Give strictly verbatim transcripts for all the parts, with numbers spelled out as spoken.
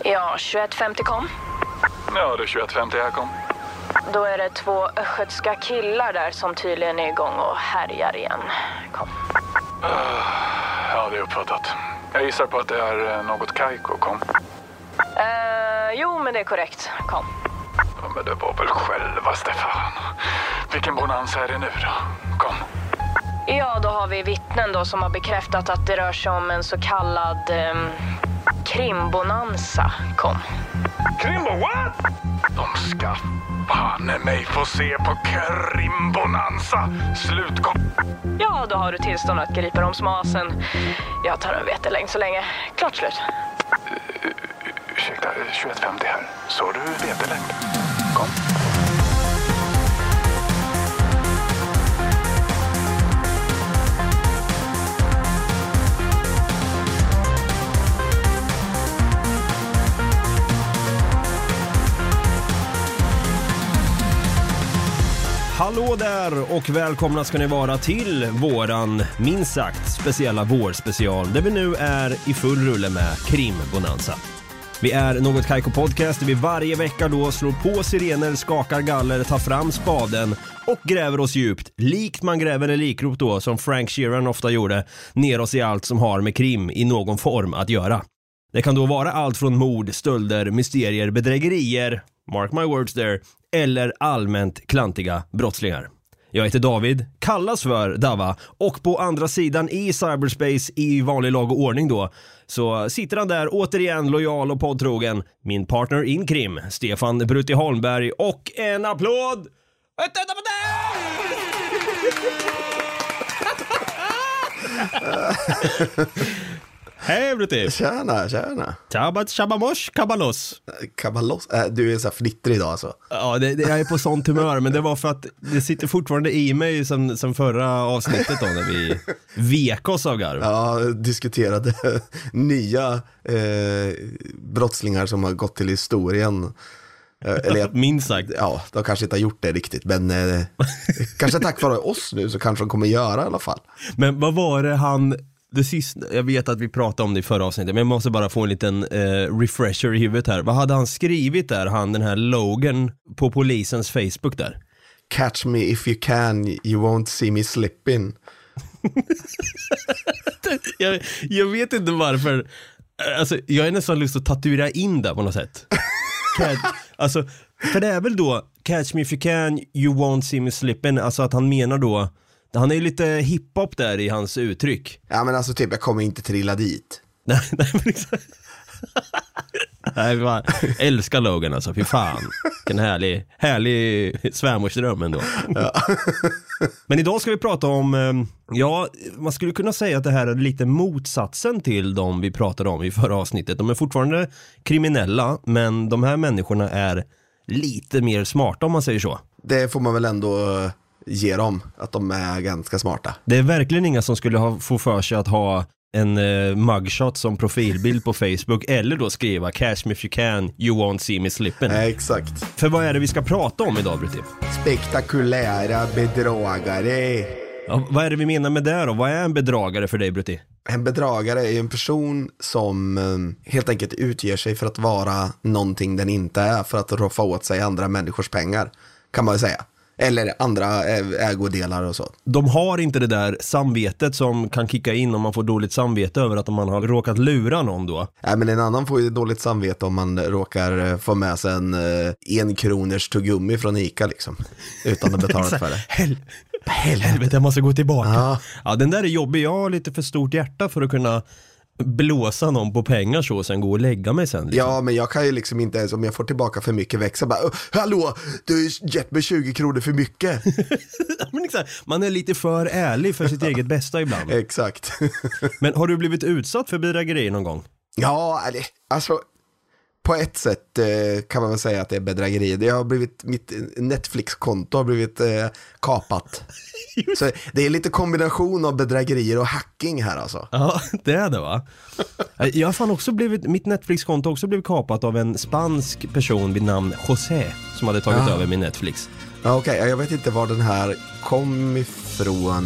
Ja, tjugoett femtio kom. Ja, det är tjugoett femtio här kom. Då är det två östgötska killar där som tydligen är igång och härjar igen. Kom. Uh, ja, det är uppfattat. Jag gissar på att det är något Kaiko, kom. Uh, jo, men det är korrekt. Kom. Ja, men det var väl själva, Stefan. Vilken bonanza är det nu då? Kom. Ja, då har vi vittnen då som har bekräftat att det rör sig om en så kallad um, krimbonanza. Kom. Krimbo, what? De ska fan mig få se på krimbonanza. Slut, kom. Ja, då har du tillstånd att gripa dem smasen. Jag tar en vetelängd så länge. Klart slut. Uh, ursäkta, tjugoett femtio här. Så du vetelängd? Kom. Hallå där och välkomna ska ni vara till våran minst sagt speciella vårspecial där vi nu är i full rulle med Krimbonanza. Vi är Något Kaiko Podcast där vi varje vecka då slår på sirener, skakar galler, tar fram spaden och gräver oss djupt, likt man gräver en likrop då som Frank Sheeran ofta gjorde, ner oss i allt som har med krim i någon form att göra. Det kan då vara allt från mord, stölder, mysterier, bedrägerier, mark my words there, eller allmänt klantiga brottslingar. Jag heter David, kallas för Dava, och på andra sidan i cyberspace i vanlig lag och ordning då så sitter han där återigen lojal och poddtrogen, min partner in krim, Stefan Brutti Holmberg, och en applåd! Vänta på det! Hej Brutti! Tjena, tjena. Chabat, chabamosh, kabalos. Kabalos? Äh, du är så här flittrig idag alltså. Ja, det, det, jag är på sånt humör, men det var för att det sitter fortfarande i mig som, som förra avsnittet då, när vi vek oss av garv. Ja, diskuterade nya eh, brottslingar som har gått till historien. Eller, minst sagt. Ja, de kanske inte har gjort det riktigt, men eh, kanske tack vare oss nu så kanske de kommer göra i alla fall. Men vad var det han... Det sista, jag vet att vi pratade om det i förra avsnittet, men jag måste bara få en liten eh, refresher i huvudet här. Vad hade han skrivit där, han den här Logan på polisens Facebook där? Catch me if you can, you won't see me slipping. jag, jag vet inte varför. Alltså, jag är nästan lust att tatuera in det på något sätt. Catch, alltså, för det är väl då catch me if you can, you won't see me slipping. Alltså att han menar då, han är ju lite hiphop där i hans uttryck. Ja, men alltså typ, jag kommer inte trilla dit. Nej, nej, men liksom. Nej, jag älskar Logan alltså, fy fan. En härlig, härlig svärmorsdröm ändå. Ja. Men idag ska vi prata om, ja, man skulle kunna säga att det här är lite motsatsen till de vi pratade om i förra avsnittet. De är fortfarande kriminella, men de här människorna är lite mer smarta om man säger så. Det får man väl ändå ge dem, att de är ganska smarta. Det är verkligen inga som skulle ha, få för sig att ha en uh, mugshot som profilbild på Facebook eller då skriva catch me if you can, you won't see me slipping. Ja, exakt. För vad är det vi ska prata om idag, Brutti? Spektakulära bedragare. Ja, vad är det vi menar med det då? Vad är en bedragare för dig, Brutti? En bedragare är en person som eh, helt enkelt utger sig för att vara någonting den inte är, för att roffa åt sig andra människors pengar, kan man ju säga. Eller andra ägodelar och så. De har inte det där samvetet som kan kicka in om man får dåligt samvete över att man har råkat lura någon då. Nej, men en annan får ju dåligt samvete om man råkar få med sig en en kronors tuggummi från Ica liksom. Utan att betala för det. Hel- Helvete, jag måste gå tillbaka. Ja. Ja, den där är jobbig. Jag har lite för stort hjärta för att kunna blåsa någon på pengar så och sen gå och lägga mig sen liksom. Ja, men jag kan ju liksom inte ens om jag får tillbaka för mycket växa bara, hallå, du har gett mig tjugo kronor för mycket. Men exakt, man är lite för ärlig för sitt eget bästa ibland. Exakt. Men har du blivit utsatt för bedrägeri någon gång? Ja, alltså på ett sätt eh, kan man väl säga att det är bedrägeri. Det har blivit, mitt Netflix-konto har blivit eh, kapat. Så det är lite kombination av bedrägerier och hacking här alltså. Ja, det är det va? Jag har fan också blivit, mitt Netflix-konto har också blivit kapat av en spansk person vid namn José som hade tagit ja. över min Netflix. Ja, okej, okay. Jag vet inte var den här kom ifrån. Jag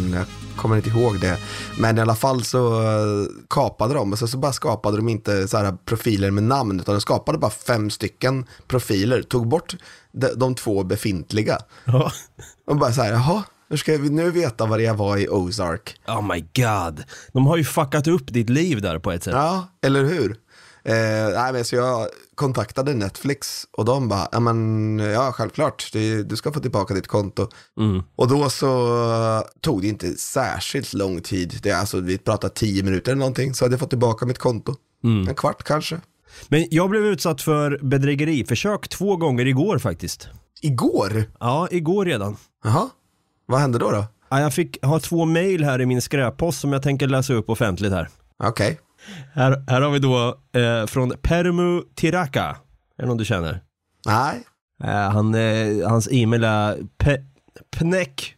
kommer inte ihåg det. Men i alla fall så kapade de, och så, så bara skapade de inte så här profiler med namn, utan de skapade bara fem stycken profiler, tog bort de, de två befintliga. Ja. Och bara så här, jaha, hur ska vi nu veta vad det var i Ozark? Oh my god. De har ju fuckat upp ditt liv där på ett sätt. Ja, eller hur? Eh, nej, men så jag kontaktade Netflix och de bara, ja men ja självklart, du, du ska få tillbaka ditt konto. Mm. Och då så tog det inte särskilt lång tid. Det är alltså, vi pratade tio minuter eller någonting, så hade jag fått tillbaka mitt konto. Mm. En kvart kanske. Men jag blev utsatt för bedrägeriförsök två gånger igår faktiskt. Igår? Ja, igår redan. Jaha, vad hände då då? Ja, jag fick ha två mejl här i min skräppost som jag tänker läsa upp offentligt här. Okej. Okay. Här, här har vi då eh, från Permu Tiraka. Är det någon du känner? Nej. Eh, han, eh, hans e-mail är pe- pneck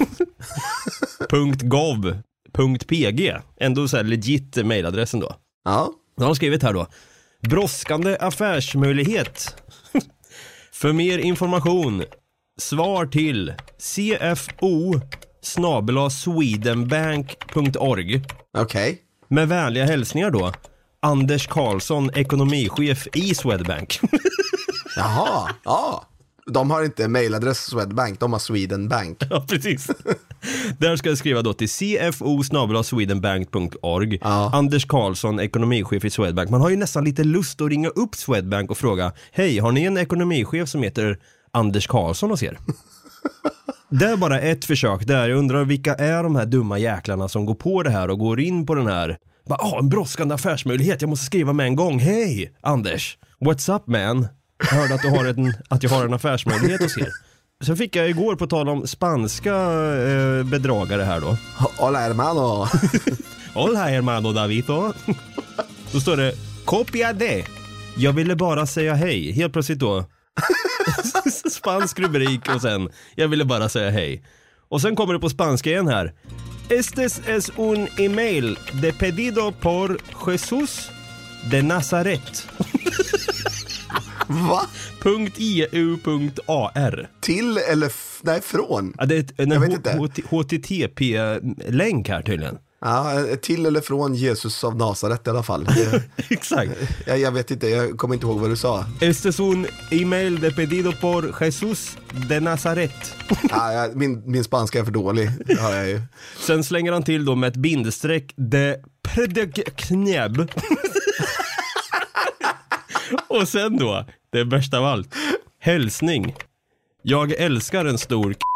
punkt gov punkt p g. Ändå så här legit mailadressen då. Ja. Då har han skrivit här då: brådskande affärsmöjlighet. För mer information, svar till cfo snabel-a swedenbank punkt org. Okej. Okay. Med vänliga hälsningar då, Anders Karlsson, ekonomichef i Swedbank. Jaha, ja. De har inte mailadress Swedbank, de har Swedenbank. Ja, precis. Där ska jag skriva då till cfo snabel-a swedenbank punkt org. Ja. Anders Karlsson, ekonomichef i Swedbank. Man har ju nästan lite lust att ringa upp Swedbank och fråga: hej, har ni en ekonomichef som heter Anders Karlsson hos er? Det är bara ett försök där. Jag undrar vilka är de här dumma jäklarna som går på det här och går in på den här. Bara, ah, en brådskande affärsmöjlighet, jag måste skriva med en gång. Hej, Anders, what's up man? Jag hörde att, du har en, att jag har en affärsmöjlighet hos er. Sen fick jag igår på tal om spanska eh, bedragare här då. Hola hermano. Hola hermano Davito. Då står det, copia de. Jag ville bara säga hej. Helt plötsligt då. Spansk rubrik och sen, jag ville bara säga hej. Och sen kommer det på spanska igen här. Estes es un email de pedido por Jesus de Nazaret. Va? .eu.ar. Till eller f- nej, från? Ja, det är ett, en H T T P-länk här tydligen. Ja, till eller från Jesus av Nazaret i alla fall. Exakt. Jag, jag vet inte, jag kommer inte ihåg vad du sa. Este es un email de pedido por Jesus de Nazaret. Ja, ja, min, min spanska är för dålig, det har jag ju. Sen slänger han till då med ett bindestreck de predekneb. Och sen då, det är bästa av allt. Hälsning. Jag älskar en stor k-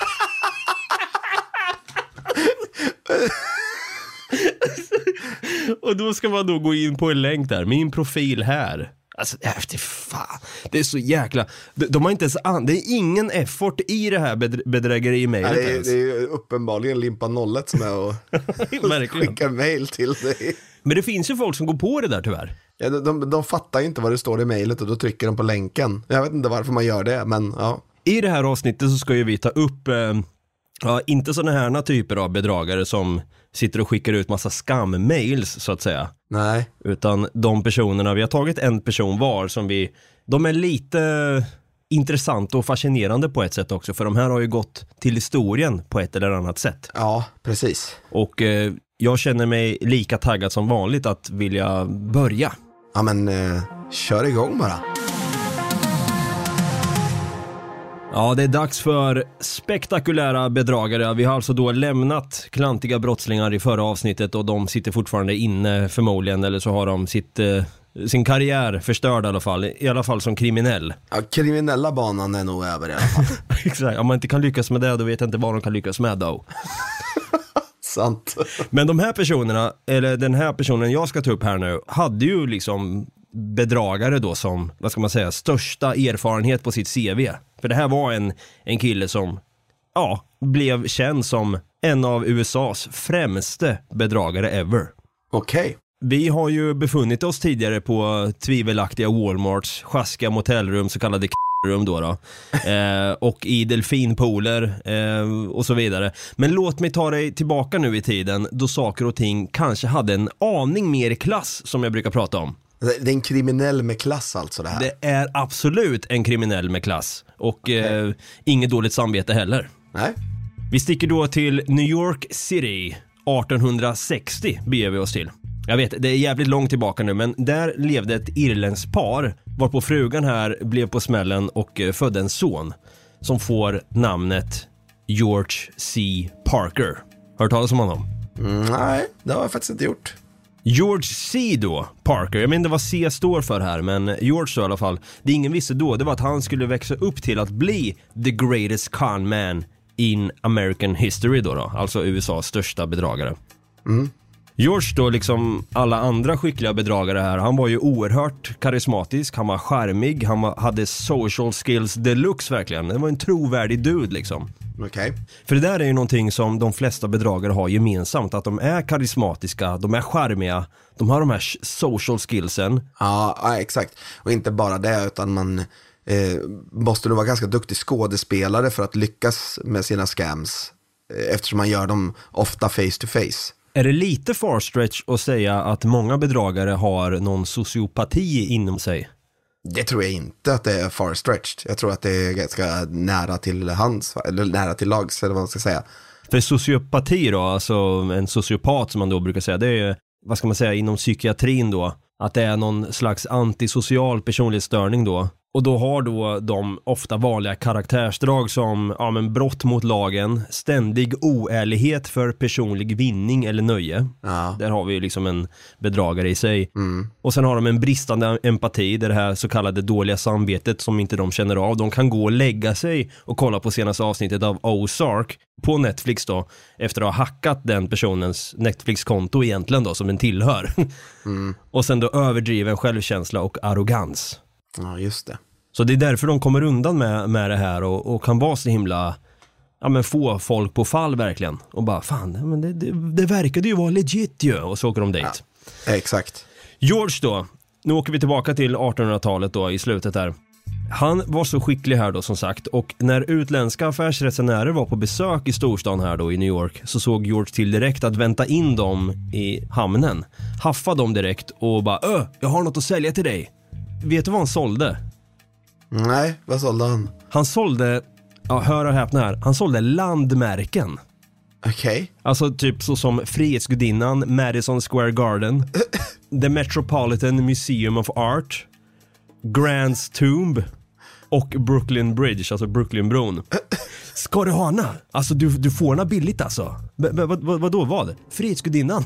Och då ska man då gå in på en länk där. Min profil här. Alltså, efter fan. Det är så jäkla... De, de har inte ens... An... Det är ingen effort i det här bedr- bedrägeri-mailet. Nej, det, är, det är ju uppenbarligen Limpa Nollet som är och skickar mail till dig. Men det finns ju folk som går på det där tyvärr. Ja, de, de, de fattar ju inte vad det står i mailet och då trycker de på länken. Jag vet inte varför man gör det, men ja. I det här avsnittet så ska ju vi ta upp... Eh, ja, inte sådana här typer av bedragare som sitter och skickar ut massa skam-mails så att säga. Nej. Utan de personerna, vi har tagit en person var som vi, de är lite intressanta och fascinerande på ett sätt också. För de här har ju gått till historien på ett eller annat sätt. Ja, precis. Och eh, jag känner mig lika taggad som vanligt att vilja börja. Ja men, eh, kör igång bara. Ja, det är dags för spektakulära bedragare. Vi har alltså då lämnat klantiga brottslingar i förra avsnittet och de sitter fortfarande inne förmodligen, eller så har de sitt, eh, sin karriär förstörd i alla fall, i alla fall som kriminell. Ja, kriminella banan är nog över i alla fall. Exakt, om man inte kan lyckas med det då vet jag inte vad de kan lyckas med då. Sant. Men de här personerna, eller den här personen jag ska ta upp här nu, hade ju liksom bedragare då som, vad ska man säga, största erfarenhet på sitt C V. För det här var en, en kille som, ja, blev känd som en av U S A:s främste bedragare ever. Okej. Okay. Vi har ju befunnit oss tidigare på tvivelaktiga Walmarts, sjaskiga motellrum, så kallade k***rum då då. Eh, och i delfinpooler eh, och så vidare. Men låt mig ta dig tillbaka nu i tiden då saker och ting kanske hade en aning mer klass, som jag brukar prata om. Det är en kriminell med klass alltså det här. Det är absolut en kriminell med klass. Och okay. eh, inget dåligt samvete heller. Nej. Vi sticker då till New York City arton sextio beger vi oss till. Jag vet, det är jävligt långt tillbaka nu, men där levde ett irländskt par varpå frugan här blev på smällen och födde en son som får namnet George C. Parker. Hört talas om honom? Mm, nej, det har jag faktiskt inte gjort. George C. då, Parker. Jag vet inte vad C står för här, men George då i alla fall. Det ingen visste då, det var att han skulle växa upp till att bli the greatest con man in American history då då. Alltså U S A:s största bedragare. Mm. George då, liksom alla andra skickliga bedragare här, han var ju oerhört karismatisk, han var charmig, han var, hade social skills deluxe verkligen. Det var en trovärdig dude liksom. Okej. Okay. För det där är ju någonting som de flesta bedragare har gemensamt, att de är karismatiska, de är charmiga, de har de här social skillsen. Ja, ja exakt. Och inte bara det, utan man eh, måste nog vara ganska duktig skådespelare för att lyckas med sina scams, eh, eftersom man gör dem ofta face to face. Är det lite far stretch att säga att många bedragare har någon sociopati inom sig? Det tror jag inte att det är far stretched. Jag tror att det är ganska nära till hands, eller nära till lags, eller vad man ska säga. För sociopati då, alltså en sociopat som man då brukar säga, det är, vad ska man säga, inom psykiatrin då, att det är någon slags antisocial personlighetsstörning då. Och då har då de ofta vanliga karaktärsdrag som ja, men brott mot lagen, ständig oärlighet för personlig vinning eller nöje. Ja. Där har vi ju liksom en bedragare i sig. Mm. Och sen har de en bristande empati, det här så kallade dåliga samvetet som inte de känner av. De kan gå och lägga sig och kolla på senaste avsnittet av Ozark på Netflix då, efter att ha hackat den personens Netflix-konto egentligen då, som den tillhör. Mm. Och sen då överdriven självkänsla och arrogans. Ja, just det. Så det är därför de kommer undan med, med det här och, och kan vara så himla, ja men få folk på fall verkligen. Och bara, fan, men det, det, det verkade ju vara legit ju. Och så åker de dit. Ja, exakt. George då, nu åker vi tillbaka till artonhundratalet då i slutet där. Han var så skicklig här då som sagt, och när utländska affärsresenärer var på besök i storstan här då i New York så såg George till direkt att vänta in dem i hamnen. Haffa dem direkt och bara, öh, jag har något att sälja till dig. Vet du vad han sålde? Nej, vad sålde han? Han sålde, ja, hör och häpna här, han sålde landmärken. Okej. Okay. Alltså typ så som Frihetsgudinnan, Madison Square Garden, The Metropolitan Museum of Art, Grant's Tomb och Brooklyn Bridge, alltså Brooklynbron. Ska du ha na? Alltså du, du får na billigt alltså. B- b- vad, vad, vad då vad? Frihetsgudinnan.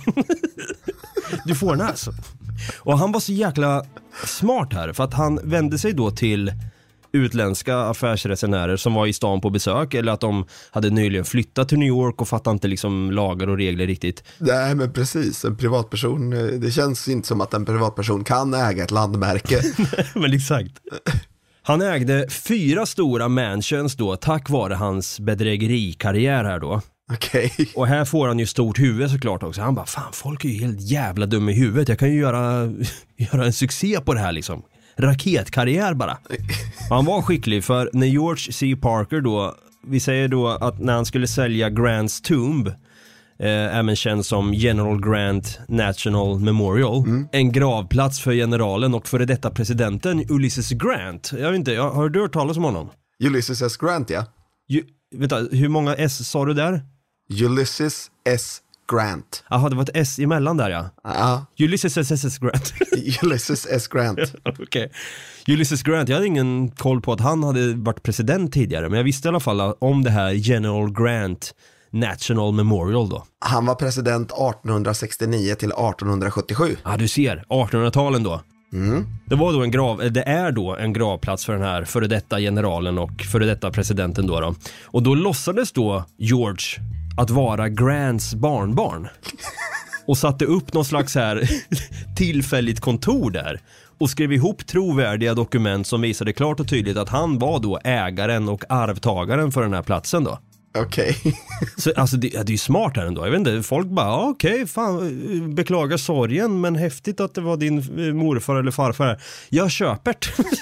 Du får na alltså. Och han var så jäkla smart här, för att han vände sig då till utländska affärsresenärer som var i stan på besök, eller att de hade nyligen flyttat till New York och fattade inte liksom lagar och regler riktigt. Nej, men precis, en privatperson, det känns inte som att en privatperson kan äga ett landmärke. Men exakt. Han ägde fyra stora mansions då tack vare hans bedrägerikarriär här då. Okej. Okay. Och här får han ju stort huvud såklart också. Han bara, fan, folk är ju helt jävla dum i huvudet. Jag kan ju göra, göra en succé på det här liksom. Raketkarriär bara. Han var skicklig, för när George C. Parker då, vi säger då att när han skulle sälja Grant's Tomb, eh, även känd som General Grant National Memorial, mm. en gravplats för generalen och före detta presidenten Ulysses Grant. Jag vet inte, jag, har du hört talas om honom? Ulysses S. Grant, ja. Ju, vänta, hur många S sa du där? Ulysses S. Grant. Jaha, det var ett S emellan där, ja. Ja. Ulysses S. S. Grant. Ulysses S. Grant. Okej. Okay. Ulysses Grant, jag hade ingen koll på att han hade varit president tidigare, men jag visste i alla fall om det här General Grant National Memorial då. Han var president arton sextionio till arton sjuttiosju. Ja, du ser, artonhundratalen då. Mm. Det var då en grav, det är då en gravplats för den här före detta generalen och före detta presidenten då då. Och då låtsades då George att vara Grants barnbarn och satte upp någon slags här tillfälligt kontor där och skrev ihop trovärdiga dokument som visade klart och tydligt att han var då ägaren och arvtagaren för den här platsen då. Okej. Okay. Så alltså det, det är ju smart här ändå. Jag vet inte, folk bara okej, okay, fan, beklagar sorgen, men häftigt att det var din morfar eller farfar. Jag köper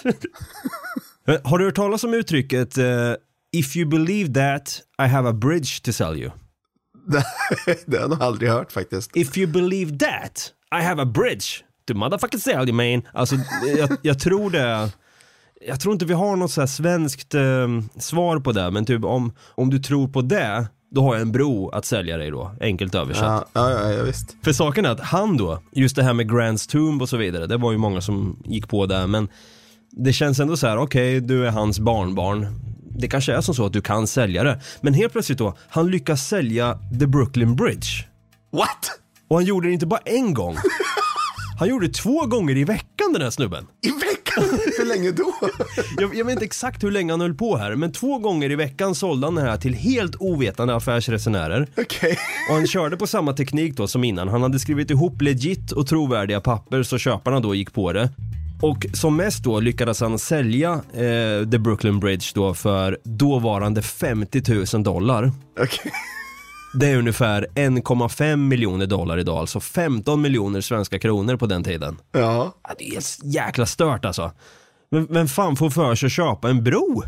det. Har du hört talas om uttrycket uh, if you believe that, I have a bridge to sell you? Det har jag nog aldrig hört faktiskt. If you believe that, I have a bridge to motherfucking sell you, man. Alltså jag, jag tror det. Jag tror inte vi har något så här svenskt eh, svar på det, men typ om, om du tror på det, då har jag en bro att sälja dig då, enkelt översatt. Ja, ja, ja, visst. För saken är att han då, just det här med Grant's Tomb och så vidare, det var ju många som gick på där, men det känns ändå så här: okej, okay, du är hans barnbarn. Det kanske är som så att du kan sälja det. Men helt plötsligt då, han lyckas sälja The Brooklyn Bridge. What? Och han gjorde det inte bara en gång. Han gjorde det två gånger i veckan, den här snubben. I veckan? Hur länge då? jag, jag vet inte exakt hur länge han höll på här, men två gånger i veckan sålde han det här till helt ovetande affärsresenärer. Okej. Okay. Och han körde på samma teknik då som innan. Han hade skrivit ihop legit och trovärdiga papper så köparna då gick på det. Och som mest då lyckades han sälja eh, The Brooklyn Bridge då för dåvarande femtio tusen dollar. Okej. Okay. Det är ungefär en komma fem miljoner dollar idag, alltså femton miljoner svenska kronor på den tiden. Ja. Ja, det är jäkla stört alltså. Men, men fan får för sig att köpa en bro?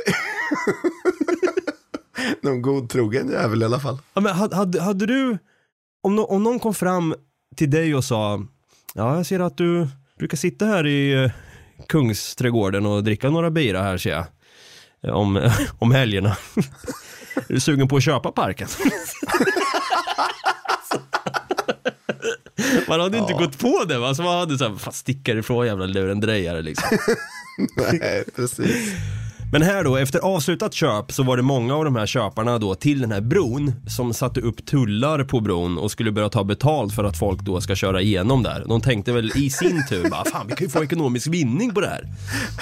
Någon god trogen jävel i alla fall. Ja, men hade, hade, hade du, om, no, om någon kom fram till dig och sa, ja, jag ser att du brukar sitta här i uh, Kungsträdgården och dricka några bira här, ser jag, om, om helgerna. Är du sugen på att köpa parken? Man hade inte ja. gått på det, va? Så man hade så här, fast stickar ifrån jävla lurendrejare liksom. Nej, precis. Men här då, efter avslutat köp så var det många av de här köparna då till den här bron som satte upp tullar på bron och skulle börja ta betalt för att folk då ska köra igenom där. De tänkte väl i sin tur, bara, fan, vi kan ju få ekonomisk vinning på det här.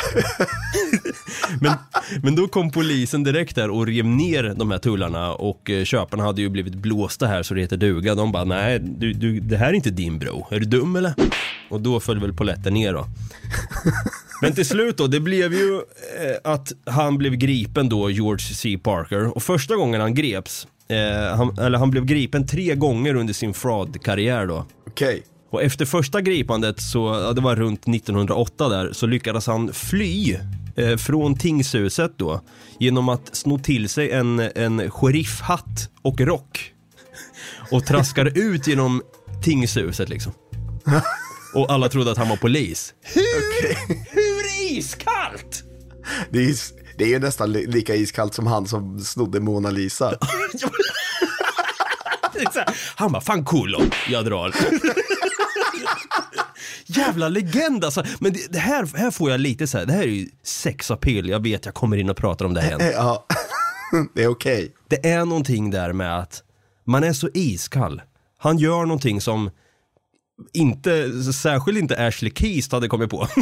men, men då kom polisen direkt där och rev ner de här tullarna och eh, köparna hade ju blivit blåsta här så det heter duga. De bara, nej, du, du, det här är inte din bro. Är du dum eller? Och då föll väl polletten ner då. Men till slut då, det blev ju eh, att han blev gripen då, George C. Parker. Och första gången han greps, eh, han, eller han blev gripen tre gånger under sin fraud-karriär då. Okej. Okay. Och efter första gripandet, så, ja, det var runt nittonhundraåtta där, så lyckades han fly eh, från tingshuset då genom att sno till sig en, en sheriffhatt och rock. Och traskade ut genom tingshuset liksom. Och alla trodde att han var polis. Hur, okay. hur iskallt? Det är, det är ju nästan lika iskallt som han som snodde Mona Lisa. Han bara, fan cool, jag drar. Jävla legend alltså. Men det, det här, här får jag lite så här, det här är ju sexappeal. Jag vet, jag kommer in och pratar om det här. Ja, det är okej. Okay. Det är någonting där med att man är så iskall. Han gör någonting som inte, särskilt inte Ashley Keys hade kommit på.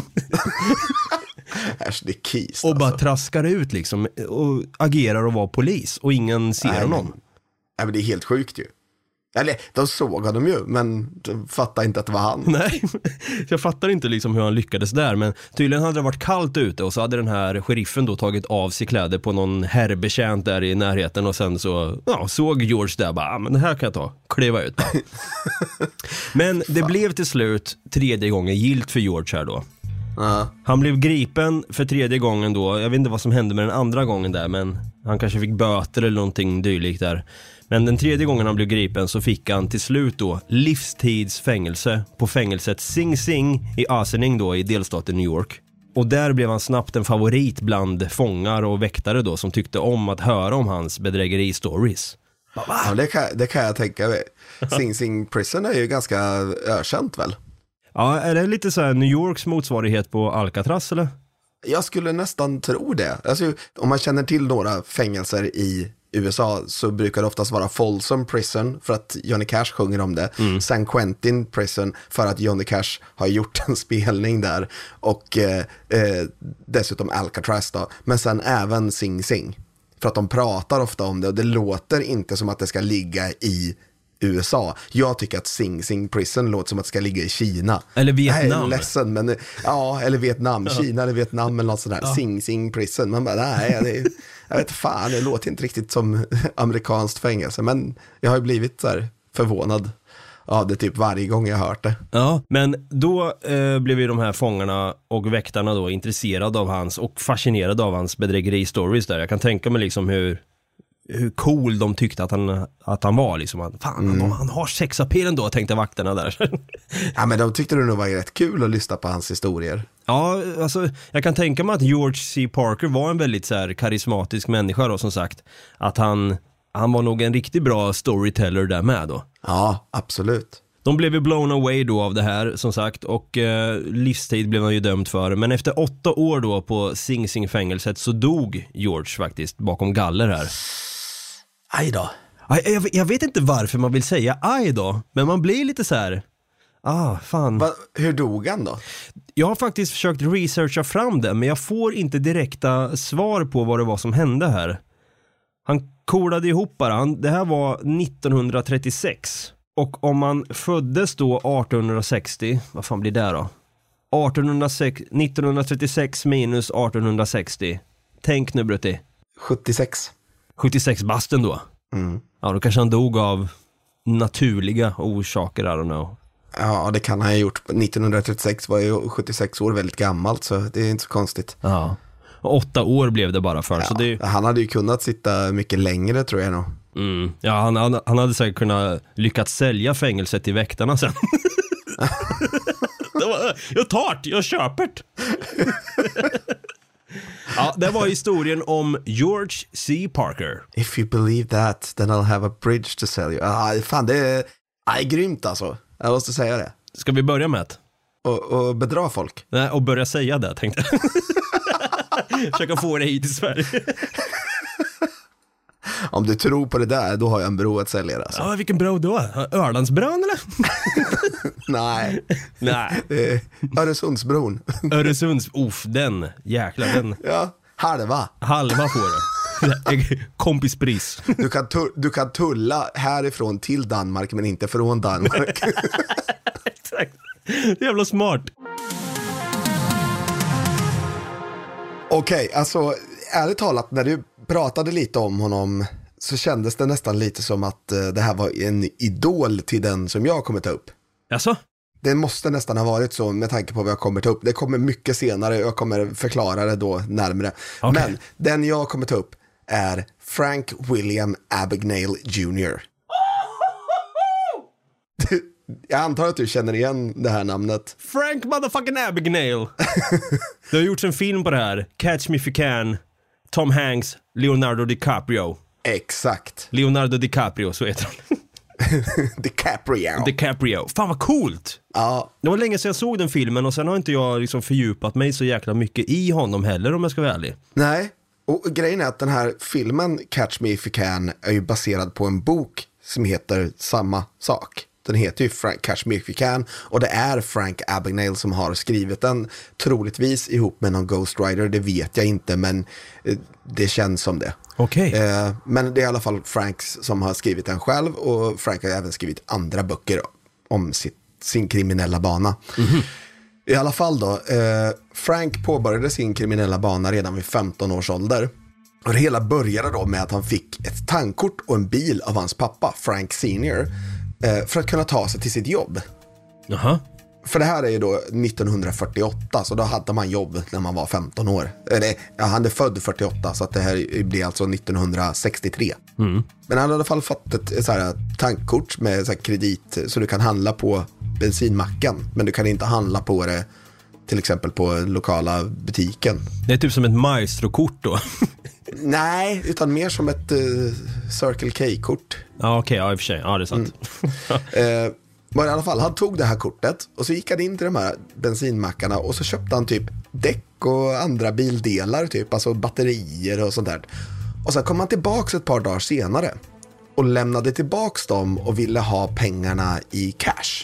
Ashley Keys och bara alltså. traskar ut liksom och agerar och var polis och ingen ser nej, honom. Men, nej, men det är helt sjukt ju. Eller, de såg honom ju, men de fattade inte att det var han. Nej, jag fattar inte liksom hur han lyckades där. Men tydligen hade det varit kallt ute och så hade den här sheriffen då tagit av sig kläder på någon herrbetjänt där i närheten. Och sen så ja, såg George där bara, ah, men det här kan jag ta, kliva ut. Men det blev till slut tredje gången gilt för George här då. Uh-huh. Han blev gripen för tredje gången då. Jag vet inte vad som hände med den andra gången där, men han kanske fick böter eller någonting dylikt där. Men den tredje gången han blev gripen så fick han till slut då livstidsfängelse på fängelset Sing Sing i Ossining då i delstaten New York. Och där blev han snabbt en favorit bland fångar och väktare då som tyckte om att höra om hans bedrägeri-stories. Ja, det kan, det kan jag tänka mig. Sing Sing Prison är ju ganska ökänt väl? Ja, är det lite så här New Yorks motsvarighet på Alcatraz eller? Jag skulle nästan tro det. Alltså, om man känner till några fängelser i U S A så brukar det oftast vara Folsom Prison för att Johnny Cash sjunger om det. Mm. San Quentin Prison för att Johnny Cash har gjort en spelning där. Och eh, eh, dessutom Alcatraz då. Men sen även Sing Sing. För att de pratar ofta om det och det låter inte som att det ska ligga i U S A. Jag tycker att Sing Sing Prison låter som att det ska ligga i Kina. Eller Vietnam. Jag är ledsen, men ja, eller Vietnam. Ja. Kina eller Vietnam eller något sådär. Ja. Sing Sing Prison. Man bara, nej, det, jag vet fan, det låter inte riktigt som amerikanskt fängelse. Men jag har ju blivit så här förvånad av det typ varje gång jag har hört det. Ja, men då eh, blev ju de här fångarna och väktarna då intresserade av hans och fascinerade av hans bedrägeri-stories där. Jag kan tänka mig liksom hur hur cool de tyckte att han, att han var liksom. Fan, mm. han, han har sexappealen då, tänkte vakterna där. Ja, men de tyckte det nog var rätt kul att lyssna på hans historier. Ja, alltså jag kan tänka mig att George C. Parker var en väldigt så här karismatisk människa då, som sagt. Att han han var nog en riktigt bra storyteller där med då. Ja, absolut. De blev ju blown away då av det här, som sagt, och eh, livstid blev han ju dömd för. Men efter åtta år då på Sing Sing-fängelset så dog George faktiskt bakom galler här. Aj då. Jag, jag vet inte varför man vill säga aj då, men man blir lite så här. Ah, fan. Va, hur dog han då? Jag har faktiskt försökt researcha fram det, men jag får inte direkta svar på vad det var som hände här. Han kolade ihop bara. Han, det här var nittonhundratrettiosex. Och om man föddes då artonhundrasextio, vad fan blir det då? artonhundrasex, nittonhundratrettiosex minus artonhundrasextio. Tänk nu, Brutti. sjuttiosex. sjuttiosex basten då. Mm. Ja, då kanske han dog av naturliga orsaker, I don't know. Ja, det kan han ha gjort. nittonhundratrettiosex var ju sjuttiosex år, väldigt gammalt, så det är inte så konstigt. Ja. Och åtta år blev det bara för. Ja, så det... Han hade ju kunnat sitta mycket längre, tror jag nog. Mm. Ja, han, han, han hade säkert kunnat lyckats sälja fängelset till väktarna sen. Det var, jag tar det, jag köper det. Ja, det var historien om George C. Parker. If you believe that, then I'll have a bridge to sell you. Ah, fan, det är, ah, är grymt alltså. Jag måste säga det. Ska vi börja med det? Och, och bedra folk. Nej, och börja säga det, tänkte jag. Försöka få det hit i Sverige. Om du tror på det där, då har jag en bro att sälja. Alltså. Ja, vilken bro då? Ölandsbron eller? Nej. Nej. Eh, Öresundsbron. Öresunds, uff, den. Jäklar, den. Ja, halva. Halva får du. Kompispris. Du kan, tu- du kan tulla härifrån till Danmark, men inte från Danmark. Exakt. Det är jävla smart. Okej, okay, alltså ärligt talat, när du pratade lite om honom så kändes det nästan lite som att uh, det här var en idol till den som jag kommer ta upp. Jaså? Det måste nästan ha varit så med tanke på vad jag kommer ta upp. Det kommer mycket senare, jag kommer förklara det då närmare. Okay. Men den jag kommer ta upp är Frank William Abagnale junior Jag antar att du känner igen det här namnet. Frank motherfucking Abagnale. Det har gjorts en film på det här. Catch Me If You Can. Tom Hanks, Leonardo DiCaprio. Exakt. Leonardo DiCaprio, så heter han. DiCaprio. DiCaprio. Fan vad coolt. Ja. Det var länge sedan jag såg den filmen och sen har inte jag liksom fördjupat mig så jäkla mycket i honom heller, om jag ska vara ärlig. Nej, och grejen är att den här filmen Catch Me If You Can är ju baserad på en bok som heter samma sak. Den heter ju Frank, Catch Me If You Can, och det är Frank Abagnale som har skrivit den, troligtvis ihop med någon Ghost Rider, det vet jag inte, men eh, det känns som det. Okej. Okay. Eh, men det är i alla fall Franks som har skrivit den själv, och Frank har även skrivit andra böcker om sitt, sin kriminella bana. Mm-hmm. I alla fall då, eh, Frank påbörjade sin kriminella bana redan vid femton års ålder. Och det hela började då med att han fick ett tankkort och en bil av hans pappa, Frank senior, eh, för att kunna ta sig till sitt jobb. Jaha. För det här är ju då nittonhundrafyrtioåtta, så då hade man jobb när man var femton år. Eller, ja, han är född fyrtioåtta, så att det här blir alltså nittonhundrasextiotre. Mm. Men han hade i alla fall fått ett så här tankkort med så här kredit, så du kan handla på bensinmacken, men du kan inte handla på det till exempel på lokala butiken. Det är typ som ett Maestro-kort då. Nej, utan mer som ett uh, Circle K-kort. Ja, okej, okay, ja, i och för sig. Ja, det är sant. Mm. uh, Men i alla fall, han tog det här kortet och så gick han in till de här bensinmackarna och så köpte han typ däck och andra bildelar, typ, alltså batterier och sånt där. Och sen kom han tillbaks ett par dagar senare och lämnade tillbaks dem och ville ha pengarna i cash.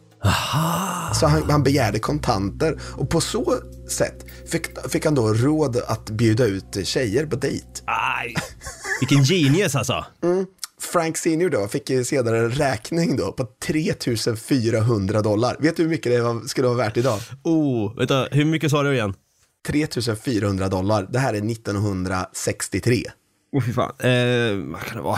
Aha. Så han, han begärde kontanter, och på så sätt fick, fick han då råd att bjuda ut tjejer på dejt. Aj, vilken genius alltså. Mm. Frank senior då fick senare en räkning då på tre tusen fyrahundra dollar. Vet du hur mycket det var, skulle vara värt idag? Oh, vänta, hur mycket sa du igen? tre tusen fyrahundra dollar. Det här är nittonhundrasextiotre. Åh, oh, fy fan. Eh, vad kan det vara?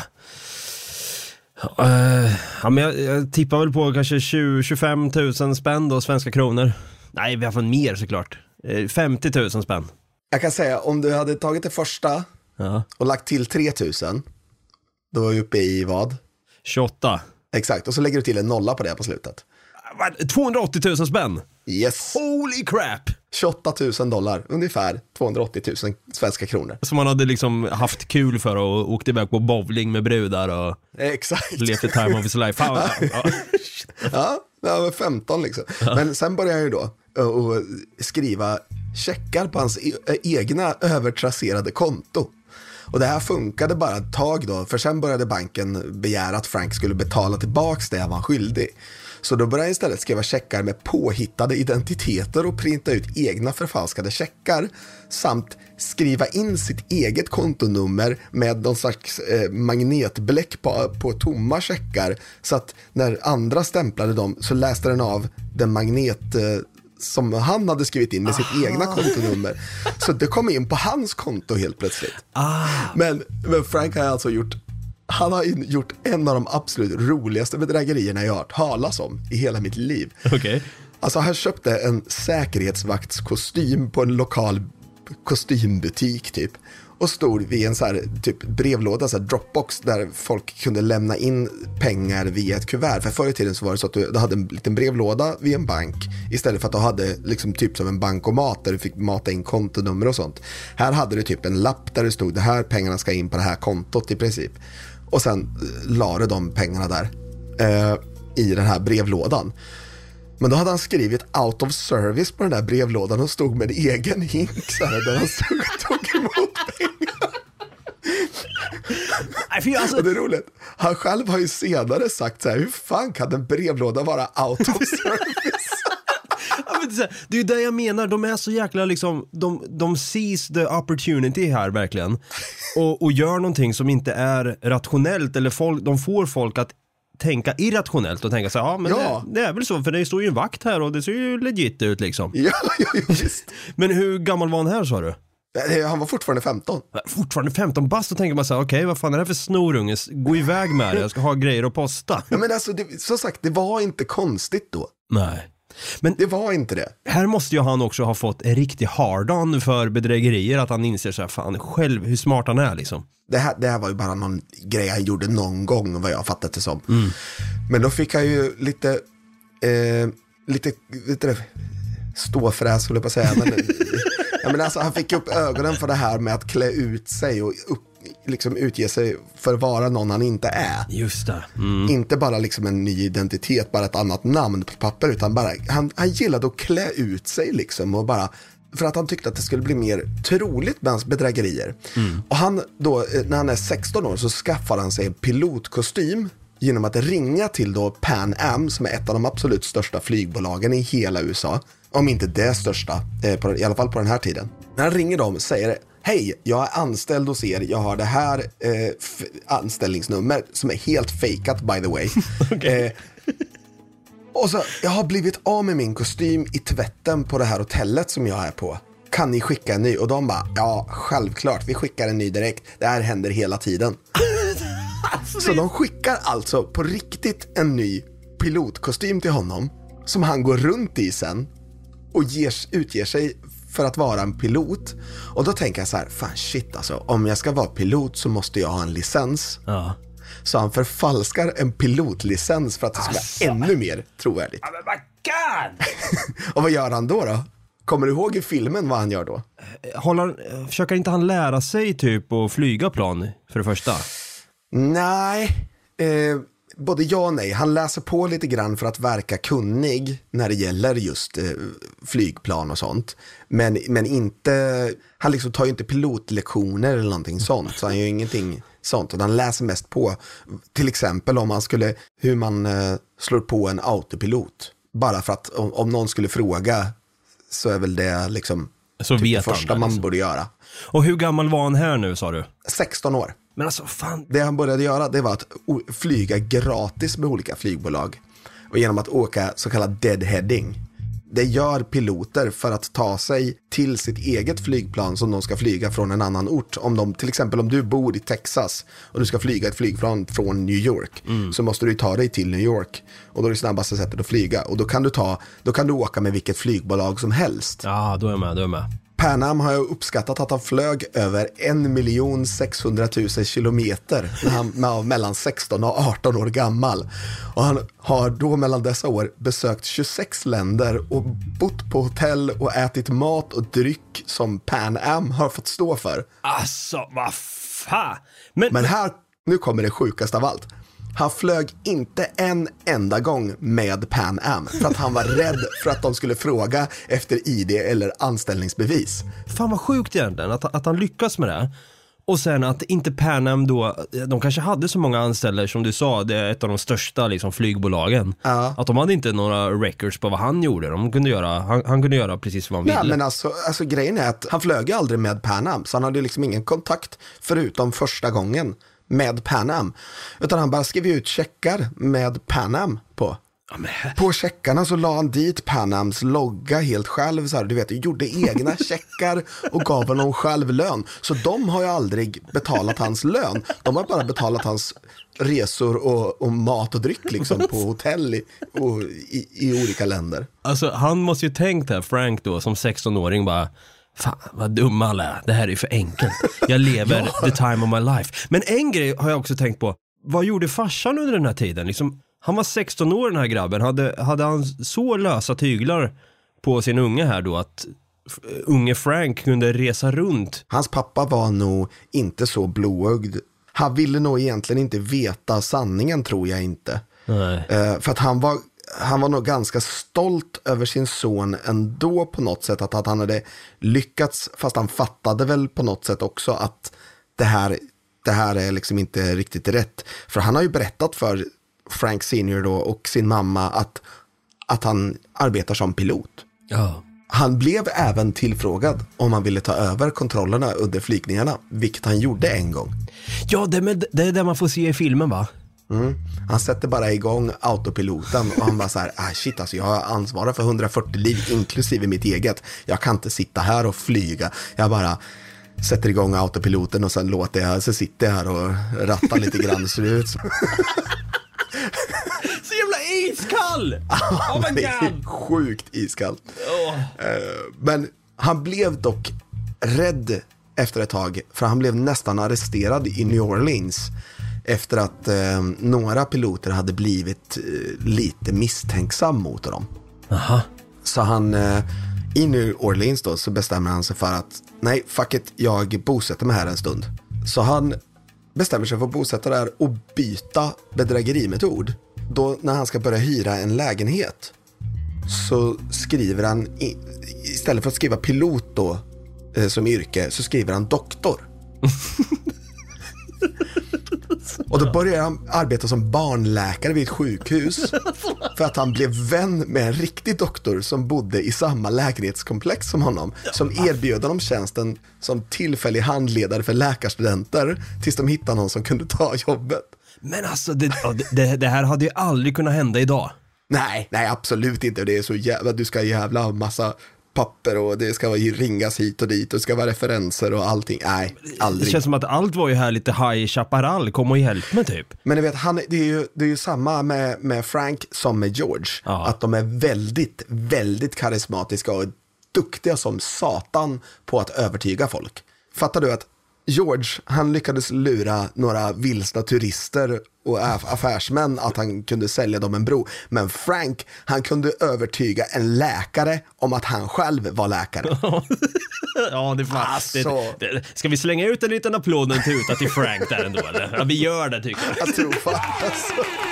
Uh, ja, men jag, jag tippar väl på kanske tjugo till tjugofem tusen spänn då, svenska kronor. Nej, vi har fått mer såklart. Uh, femtio tusen spänn. Jag kan säga, om du hade tagit det första uh-huh. och lagt till tre tusen, då var vi uppe i vad? tjugoåtta. Exakt, och så lägger du till en nolla på det på slutet. tvåhundraåttio tusen spänn. Yes. Holy crap. tjugoåtta tusen dollar, ungefär tvåhundraåttio tusen svenska kronor. Som man hade liksom haft kul för och åkt iväg på bowling med brudar och Exakt. levt the time of his life. Ja, ja. Ja, jag var femton liksom. Ja. Men sen började jag ju då och skriva checkar på hans e- egna övertraserade konto. Och det här funkade bara ett tag då, för sen började banken begära att Frank skulle betala tillbaks det han var skyldig. Så då började jag istället skriva checkar med påhittade identiteter och printa ut egna förfalskade checkar samt skriva in sitt eget kontonummer med någon slags eh, magnetbläck på, på tomma checkar, så att när andra stämplade dem så läste den av den magnet eh, som han hade skrivit in med sitt Aha. egna kontonummer. Så det kom in på hans konto helt plötsligt. Ah. Men, men Frank har alltså gjort Han har gjort en av de absolut roligaste bedrägerierna jag har hört talas om i hela mitt liv. Okay. Alltså han köpte en säkerhetsvaktskostym på en lokal kostymbutik typ. Och stod vid en så här typ brevlåda, så här dropbox, där folk kunde lämna in pengar via ett kuvert. För förr i tiden så var det så att du, du hade en liten brevlåda vid en bank istället för att du hade liksom typ som en bankomat där du fick mata in kontonummer och sånt. Här hade du typ en lapp där det stod det här pengarna ska in på det här kontot i princip. Och sen la du de pengarna där eh, i den här brevlådan. Men då hade han skrivit out of service på den där brevlådan och stod med en egen hink så här, där han stod och tog emot pengar. Nej, för alltså... Och det är roligt. Han själv har ju senare sagt så här, hur fan kan en brevlåda vara out of service? Ja, men det är ju det jag menar, de är så jäkla liksom, de, de sees the opportunity här verkligen och, och gör någonting som inte är rationellt, eller folk, de får folk att tänka irrationellt och tänka så ja men ja. Det, det är väl så, för det står ju en vakt här och det ser ju legit ut liksom. Ja, ja just. Men hur gammal var han här, sa du? Han var fortfarande femton. Fortfarande femton bast, och tänker man så här, okej, okay, vad fan är det för snorunges? Gå iväg med det, jag ska ha grejer att posta. Ja, men alltså, det, som sagt, det var inte konstigt då. Nej. Men det var inte det. Här måste ju han också ha fått en riktig hard-on för bedrägerier, att han inser så här, fan själv hur smart han är liksom. Det här, det här var ju bara någon grej han gjorde någon gång, vad jag fattat det som. Mm. Men då fick han ju lite eh, lite, lite ståfräs, skulle jag på säga. Men, ja, men alltså, han fick upp ögonen för det här med att klä ut sig och upp, liksom utge sig för att vara någon han inte är. Just det. Mm. Inte bara liksom en ny identitet, bara ett annat namn på papper, utan bara, han, han gillade att klä ut sig liksom, och bara för att han tyckte att det skulle bli mer troligt med hans bedrägerier. Mm. Och han då, när han är sexton år, så skaffar han sig en pilotkostym genom att ringa till då Pan Am, som är ett av de absolut största flygbolagen i hela U S A. Om inte det största, eh, på, i alla fall på den här tiden. När han ringer dem och säger, hej, jag är anställd hos er, jag har det här eh, f- anställningsnummer som är helt fakeat, by the way. Okay. Eh, och så, jag har blivit av med min kostym i tvätten på det här hotellet som jag är på. Kan ni skicka en ny? Och de bara, ja, självklart, vi skickar en ny direkt. Det här händer hela tiden. Så de skickar alltså på riktigt en ny pilotkostym till honom, som han går runt i sen och ger, utger sig för att vara en pilot. Och då tänker jag så här, fan shit alltså, om jag ska vara pilot så måste jag ha en licens. Ja. Så han förfalskar en pilotlicens för att det ska alltså vara ännu mer trovärdigt. Ja, men vad God! Och vad gör han då då? Kommer du ihåg i filmen vad han gör då? Håller, försöker inte han lära sig typ att flyga plan för det första? Nej, eh, både ja och nej. Han läser på lite grann för att verka kunnig när det gäller just eh, flygplan och sånt. Men, men inte, han liksom tar ju inte pilotlektioner eller någonting sånt. Så han gör ju ingenting sånt. Och han läser mest på, till exempel om man skulle, hur man eh, slår på en autopilot. Bara för att om, om någon skulle fråga, så är väl det liksom så typ vet det första han, man alltså. borde göra. Och hur gammal var han här nu, sa du? sexton år. Men alltså, fan. Det han började göra, det var att flyga gratis med olika flygbolag. Och genom att åka så kallad deadheading. Det gör piloter för att ta sig till sitt eget flygplan som de ska flyga från en annan ort. Om de, till exempel om du bor i Texas och du ska flyga ett flygplan från New York, mm. så måste du ta dig till New York. Och då är det snabbaste sättet att flyga. Och då kan du ta, då kan du åka med vilket flygbolag som helst. Ja, då är jag med, då är jag med. Pan Am har jag uppskattat att han flög över en miljon sexhundratusen kilometer när han var mellan sexton och arton år gammal. Och han har då mellan dessa år besökt tjugosex länder och bott på hotell och ätit mat och dryck som Pan Am har fått stå för. Alltså, vad fan? Men, Men här, nu kommer det sjukaste av allt. Han flög inte en enda gång med Pan Am för att han var rädd för att de skulle fråga efter I D eller anställningsbevis. fan vad sjukt egentligen att, att han lyckas med det. Och sen att inte Pan Am då, de kanske hade så många anställda som du sa, det är ett av de största liksom, flygbolagen. Ja. Att de hade inte några records på vad han gjorde. De kunde göra, han, han kunde göra precis vad han Nej, ville. men alltså, alltså grejen är att han flög aldrig med Pan Am, så han hade liksom ingen kontakt förutom första gången med Pan Am. Utan han bara skrev ut checkar med Pan Am på. Ja, men... På checkarna så la han dit Pan Ams logga helt själv, så här, du vet, gjorde egna checkar och gav honom själv lön. Så de har ju aldrig betalat hans lön. De har bara betalat hans resor och, och mat och dryck liksom på hotell i, och, i, i olika länder. Alltså han måste ju tänkt här, Frank då, som sexton-åring bara, fan vad dumma alla är. Det här är för enkelt. Jag lever ja. the time of my life. Men en grej har jag också tänkt på. Vad gjorde farsan under den här tiden? Liksom, han var sexton år den här grabben. Hade, hade han så lösa tyglar på sin unge här då att unge Frank kunde resa runt? Hans pappa var nog inte så blåögd. Han ville nog egentligen inte veta sanningen, tror jag inte. Nej. Uh, för att han var... Han var nog ganska stolt över sin son ändå på något sätt, att, att han hade lyckats, fast han fattade väl på något sätt också att det här, det här är liksom inte riktigt rätt. För han har ju berättat för Frank senior då och sin mamma att, att han arbetar som pilot. Ja. Han blev även tillfrågad om han ville ta över kontrollerna under flygningarna, vilket han gjorde en gång. Ja, det, med, det är det man får se i filmen, va? Mm. Han sätter bara igång autopiloten och han bara så här, ah, shit alltså, jag har ansvarat för hundrafyrtio liv inklusive mitt eget. Jag kan inte sitta här och flyga. Jag bara sätter igång autopiloten och sen låter jag, så sitter jag här och rattar lite grann, så det ut så. Så jävla iskall! Oh my Det är God! sjukt iskallt. Oh. Men han blev dock rädd efter ett tag, för han blev nästan arresterad i New Orleans efter att eh, några piloter hade blivit eh, lite misstänksam mot dem. Aha. Så han, eh, i New Orleans då, så bestämmer han sig för att nej, fuck it, jag bosätter mig här en stund. Så han bestämmer sig för att bosätta där och byta bedrägerimetod. Då när han ska börja hyra en lägenhet så skriver han, i, istället för att skriva pilot då eh, som yrke, så skriver han doktor. Och då började han arbeta som barnläkare vid ett sjukhus för att han blev vän med en riktig doktor som bodde i samma lägenhetskomplex som honom, som erbjöd honom tjänsten som tillfällig handledare för läkarstudenter tills de hittade någon som kunde ta jobbet. Men alltså, det, det, det här hade ju aldrig kunnat hända idag. Nej, nej absolut inte. Det är så jävla, du ska jävla massa papper och det ska ringas hit och dit och det ska vara referenser och allting. Nej, aldrig. Det känns som att allt var ju här lite high chaparral, kom och hjälp mig typ. Men jag vet, han, det, är ju, det är ju samma med, med Frank som med George. Ja. Att de är väldigt, väldigt karismatiska och duktiga som satan på att övertyga folk. Fattar du att George, han lyckades lura några vilsna turister och affärsmän att han kunde sälja dem en bro. Men Frank, han kunde övertyga en läkare om att han själv var läkare. Ja, det fan. Alltså. Det, det, ska vi slänga ut en liten applåd och tuta till Frank där ändå, eller? Ja, vi gör det tycker jag. Jag tror fan alltså.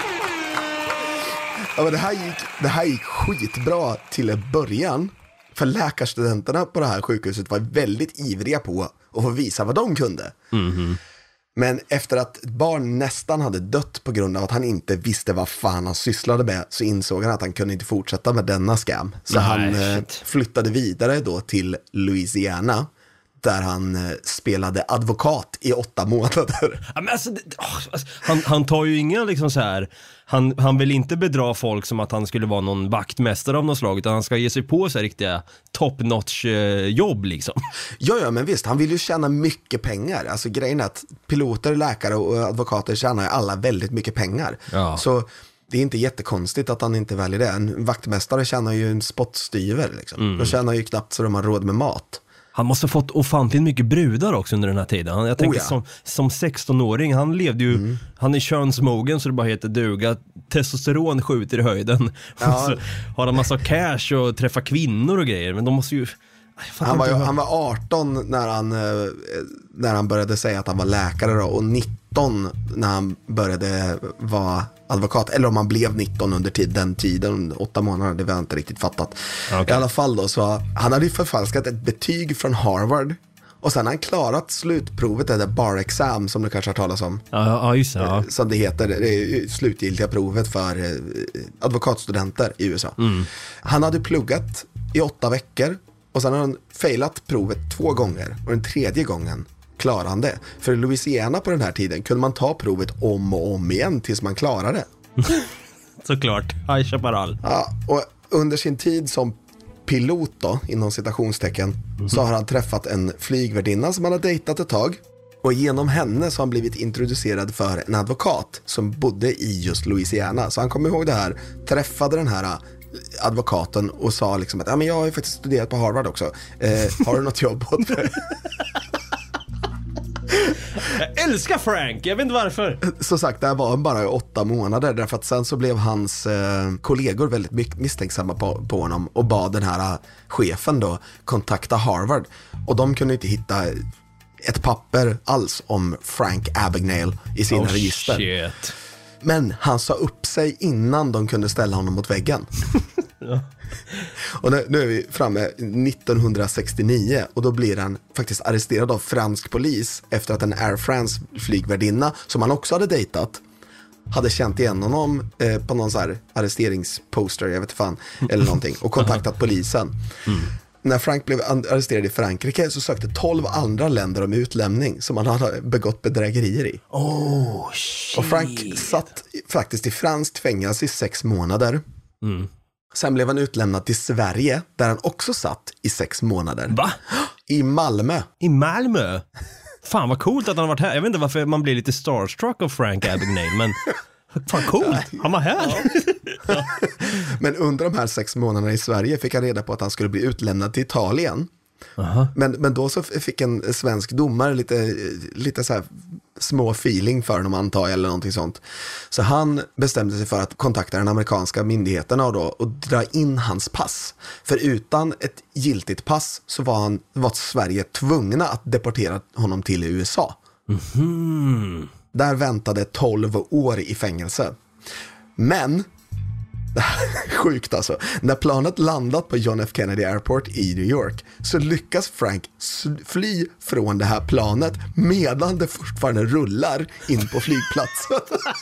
Ja, men det här gick, det här gick skitbra till en början. För läkarstudenterna på det här sjukhuset var väldigt ivriga på att få visa vad de kunde. Mm-hmm. Men efter att ett barn nästan hade dött på grund av att han inte visste vad fan han sysslade med, så insåg han att han kunde inte fortsätta med denna scam. Så Nej, han eh, shit. flyttade vidare då till Louisiana, där han eh, spelade advokat i åtta månader. Ja, men alltså, det, åh, alltså, han, han tar ju inga liksom så här. Han, han vill inte bedra folk som att han skulle vara någon vaktmästare av något slag, utan han ska ge sig på sig riktiga top-notch eh, jobb liksom. Ja, ja, men visst, han vill ju tjäna mycket pengar. Alltså grejen är att piloter, läkare och advokater tjänar ju alla väldigt mycket pengar. Ja. Så det är inte jättekonstigt att han inte väljer det. En vaktmästare tjänar ju en spottstyver liksom. Mm. De tjänar ju knappt så de har råd med mat. Han måste ha fått ofantligt mycket brudar också under den här tiden. Han, jag tänker oh ja. som, som sexton-åring, han levde ju, mm. han är könsmogen så det bara heter duga. Testosteron skjuter i höjden. Ja. Så har han massa cash och träffar kvinnor och grejer. Men de måste ju... Han var, ju, han var arton när han, när han började säga att han var läkare då, och nitton när han började vara advokat. Eller om han blev nitton under tid, den tiden, åtta månader, det var jag inte riktigt fattat. Okay. I alla fall då, så han hade ju förfalskat ett betyg från Harvard. Och sen har han klarat slutprovet, det där bar exam som du kanske har talat om. Ja, ja just det. Ja. Som det heter, det är slutgiltiga provet för advokatstudenter i U S A. Mm. Han hade pluggat i åtta veckor. Och sen har han failat provet två gånger. Och den tredje gången klarade han det. För i Louisiana på den här tiden kunde man ta provet om och om igen tills man klarade det. Såklart, High Chaparral. Ja, och under sin tid som pilot då, inom citationstecken, mm-hmm. så har han träffat en flygvärdinna som han har dejtat ett tag. Och genom henne så har han blivit introducerad för en advokat som bodde i just Louisiana. Så han kommer ihåg det här, träffade den här advokaten och sa liksom att ja, men jag har ju faktiskt studerat på Harvard också. Eh, har du något jobb åt mig? Jag älskar Frank, jag vet inte varför. Så sagt, det här var bara i åtta månader därför att sen så blev hans eh, kollegor väldigt misstänksamma på, på honom och bad den här uh, chefen då kontakta Harvard. Och de kunde inte hitta ett papper alls om Frank Abagnale i sina oh, register. Shit. Men han sa upp sig innan de kunde ställa honom mot väggen. Ja. Och nu, nu är vi framme nittonhundrasextionio och då blir han faktiskt arresterad av fransk polis efter att en Air France flygvärdinna som han också hade dejtat hade känt igen honom eh, på någon så här arresteringsposter, jag vet inte fan, eller någonting, och kontaktat polisen. Mm. När Frank blev arresterad i Frankrike så sökte tolv andra länder om utlämning som han hade begått bedrägerier i. Oh, shit. Och Frank satt faktiskt i franskt fängelse i sex månader. Mm. Sen blev han utlämnad till Sverige där han också satt i sex månader. Va? I Malmö. I Malmö? Fan vad coolt att han har varit här. Jag vet inte varför man blir lite starstruck av Frank Abagnale, men fan coolt, han var här. Ja. Men under de här sex månaderna i Sverige fick han reda på att han skulle bli utlämnad till Italien. Uh-huh. Men, men då så fick en svensk domare lite, lite så här små feeling för honom, antar jag, eller någonting sånt. Så han bestämde sig för att kontakta den amerikanska myndigheterna och, då, och dra in hans pass. För utan ett giltigt pass så var, han, var Sverige tvungna att deportera honom till U S A. Mm-hmm. Där väntade tolv år i fängelse. Men sjukt alltså. När planet landat på John F. Kennedy Airport i New York så lyckas Frank fly från det här planet medan det fortfarande rullar in på flygplatsen.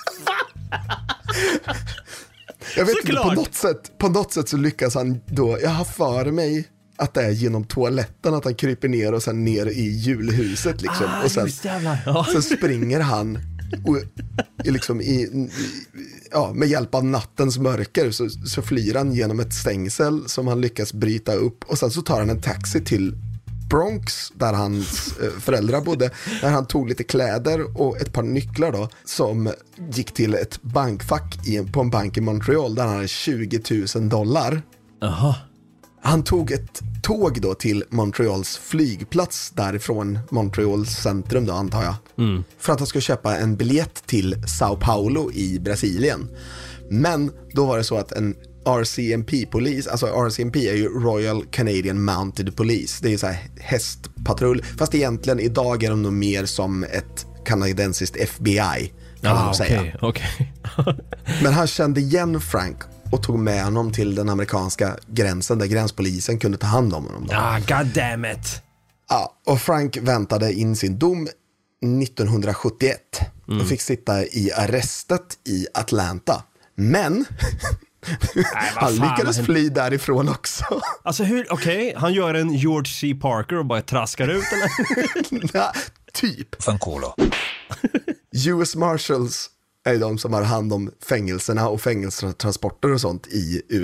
Jag vet inte, på något sätt, på något sätt så lyckas han då, jag har för mig att det är genom toaletten att han kryper ner och sen ner i julhuset liksom. Ah, och sen ja. Så springer han och, liksom i, ja, med hjälp av nattens mörker så, så flyr han genom ett stängsel som han lyckas bryta upp och sen så tar han en taxi till Bronx där hans föräldrar bodde, där han tog lite kläder och ett par nycklar då som gick till ett bankfack i, på en bank i Montreal där han hade tjugo tusen dollar. Aha. Han tog ett tåg då till Montreals flygplats därifrån Montreals centrum då, antar jag. Mm. För att han skulle köpa en biljett till Sao Paulo i Brasilien. Men då var det så att en R C M P-polis, alltså R C M P är ju Royal Canadian Mounted Police. Det är ju så här hästpatrull. Fast egentligen idag är de nog mer som ett kanadensiskt F B I, kan man ah, säga. Okay, okay. Men han kände igen Frank och tog med honom till den amerikanska gränsen där gränspolisen kunde ta hand om honom. Ah, god damn it. Ja, och Frank väntade in sin dom nittonhundrasjuttioett mm. och fick sitta i arrestet i Atlanta. Men nej, han lyckades fan, fly därifrån också. Alltså hur, okej, okay, han gör en George C. Parker och bara traskar ut eller? Nej, typ. Fankolo. U S Marshals är de som har hand om fängelserna och fängelsetransporter och sånt i U S A.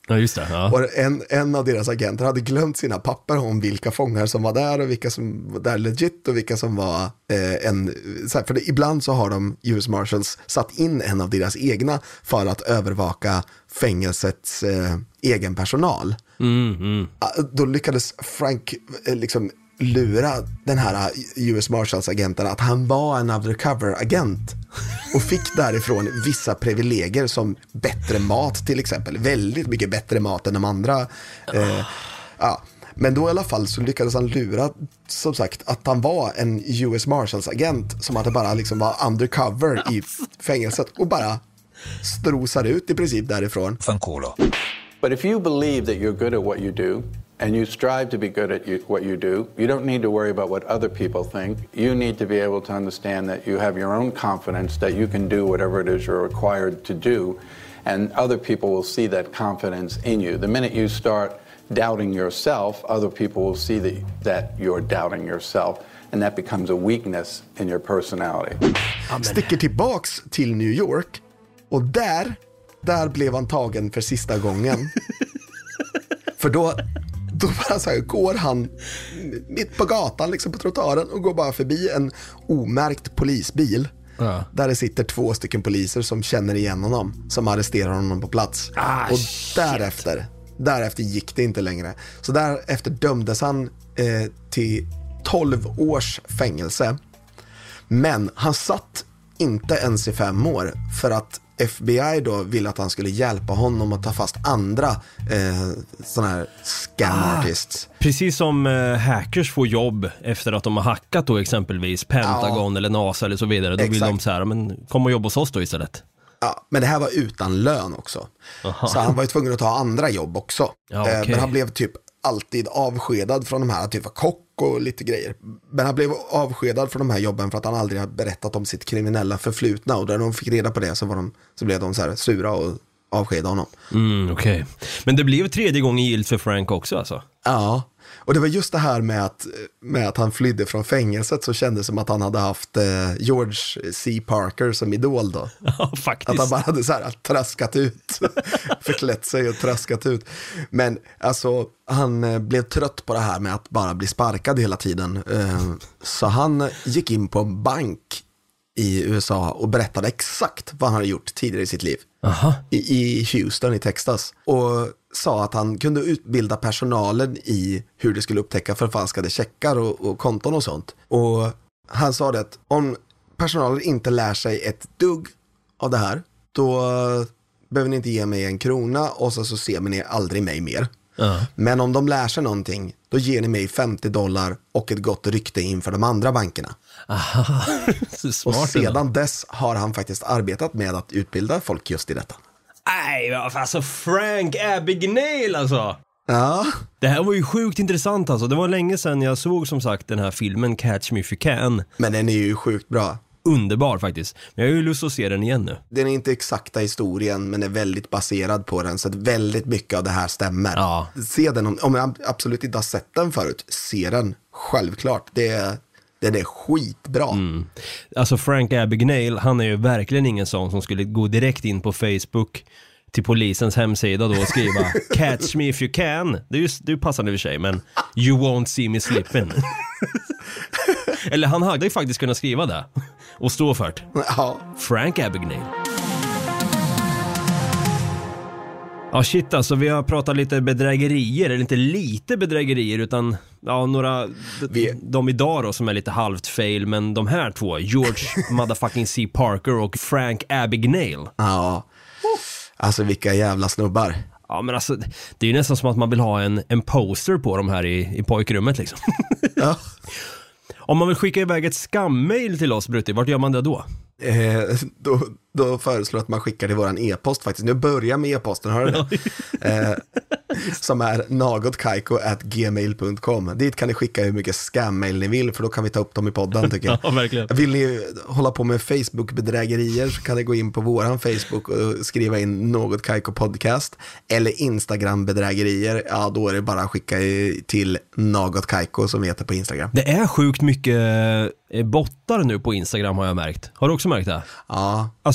Ja, just det. Ja. Och en, en av deras agenter hade glömt sina papper om vilka fångar som var där och vilka som var där legit och vilka som var eh, en... Så här, för det, ibland så har de, U S Marshals, satt in en av deras egna för att övervaka fängelsets eh, egen personal. Mm, mm. Då lyckades Frank eh, liksom lura den här U S Marshals-agenten att han var en undercover-agent och fick därifrån vissa privilegier som bättre mat till exempel, väldigt mycket bättre mat än de andra eh, ja. Men då i alla fall så lyckades han lura, som sagt, att han var en U S Marshals-agent som hade bara liksom var undercover i fängelset och bara strosar ut i princip därifrån. Fanculo. But if you believe that you're good at what you do and you strive to be good at you, what you do, you don't need to worry about what other people think. You need to be able to understand that you have your own confidence that you can do whatever it is you're required to do, and other people will see that confidence in you. The minute you start doubting yourself, other people will see that, that you're doubting yourself, and that becomes a weakness in your personality. Sticker tillbaks till New York, och där, där blev han tagen för sista gången. För då, då bara så här, går han mitt på gatan liksom på trottoaren och går bara förbi en omärkt polisbil. Ja. Där det sitter två stycken poliser som känner igen honom, som arresterar honom på plats. Ah, och därefter, därefter gick det inte längre. Så därefter dömdes han eh, till tolv års fängelse. Men han satt inte ens i fem år för att F B I då ville att han skulle hjälpa honom att ta fast andra eh, såna här scam ah, artists. Precis som eh, hackers får jobb efter att de har hackat då exempelvis Pentagon ja, eller NASA eller så vidare. Då exakt. Vill de så här, men kom och jobba hos oss då istället. Ja, men det här var utan lön också. Aha. Så han var ju tvungen att ta andra jobb också. Ja, okay. eh, men han blev typ alltid avskedad från de här, typ kock och lite grejer. Men han blev avskedad från de här jobben för att han aldrig hade berättat om sitt kriminella förflutna, och när de fick reda på det så, var de, så blev de så här sura och avskedade honom. Mm, okej. Okay. Men det blev tredje gången gillt för Frank också alltså? Ja, och det var just det här med att, med att han flydde från fängelset, så kändes det som att han hade haft eh, George C. Parker som idol då. Ja, faktiskt. Att han bara hade så här traskat ut, förklätt sig och traskat ut. Men alltså, han eh, blev trött på det här med att bara bli sparkad hela tiden. Eh, så han gick in på en bank i U S A och berättade exakt vad han hade gjort tidigare i sitt liv. Aha. I, i Houston i Texas. Och sa att han kunde utbilda personalen i hur det skulle upptäcka förfalskade checkar och, och konton och sånt. Och han sa det att om personalen inte lär sig ett dugg av det här, då behöver ni inte ge mig en krona, och så, så ser ni aldrig mig mer. Uh. Men om de lär sig någonting, då ger ni mig femtio dollar och ett gott rykte inför de andra bankerna. Aha. Smart. Och sedan dess har han faktiskt arbetat med att utbilda folk just i detta. Nej, alltså Frank Abagnale alltså. Ja. Det här var ju sjukt intressant alltså. Det var länge sedan jag såg som sagt den här filmen Catch Me If You Can. Men den är ju sjukt bra. Underbar faktiskt. Men jag har ju lust att se den igen nu. Den är inte exakta historien, men är väldigt baserad på den. Så att väldigt mycket av det här stämmer. Ja. Se den, om, om jag absolut inte har sett den förut, se den, självklart. Det är, den är skitbra. Mm. Alltså Frank Abagnale, han är ju verkligen ingen sån som skulle gå direkt in på Facebook till polisens hemsida då och skriva Catch me if you can. Det är ju, det är ju passande för sig, men you won't see me slipping. Eller han hade ju faktiskt kunnat skriva det och stå för det. Ja. Frank Abagnale. Ja shit, alltså vi har pratat lite bedrägerier, eller inte lite bedrägerier utan ja, några vi... de idag då som är lite halvt fail, men de här två, George motherfucking C. Parker och Frank Abagnale. Ja. Alltså vilka jävla snubbar. Ja men alltså det är ju nästan som att man vill ha en, en poster på dem här i, i pojkrummet liksom. Ja. Om man vill skicka iväg ett skammail till oss, Brutti, vart gör man det då? Eh, då, då föreslår att man skickar till våran e-post faktiskt. Nu börjar med e-posten, hör du det? eh, som är nagotkaiko at gmail dot com. Dit kan ni skicka hur mycket skammail ni vill, för då kan vi ta upp dem i podden tycker jag. Ja, verkligen. Vill ni hålla på med Facebook-bedrägerier så kan ni gå in på våran Facebook och skriva in Något Kaiko podcast, eller Instagram-bedrägerier. Ja, då är det bara att skicka till Något Kaiko som heter på Instagram. Det är sjukt mycket bottar nu på Instagram har jag märkt. Har du också märkt det? Ja. Alltså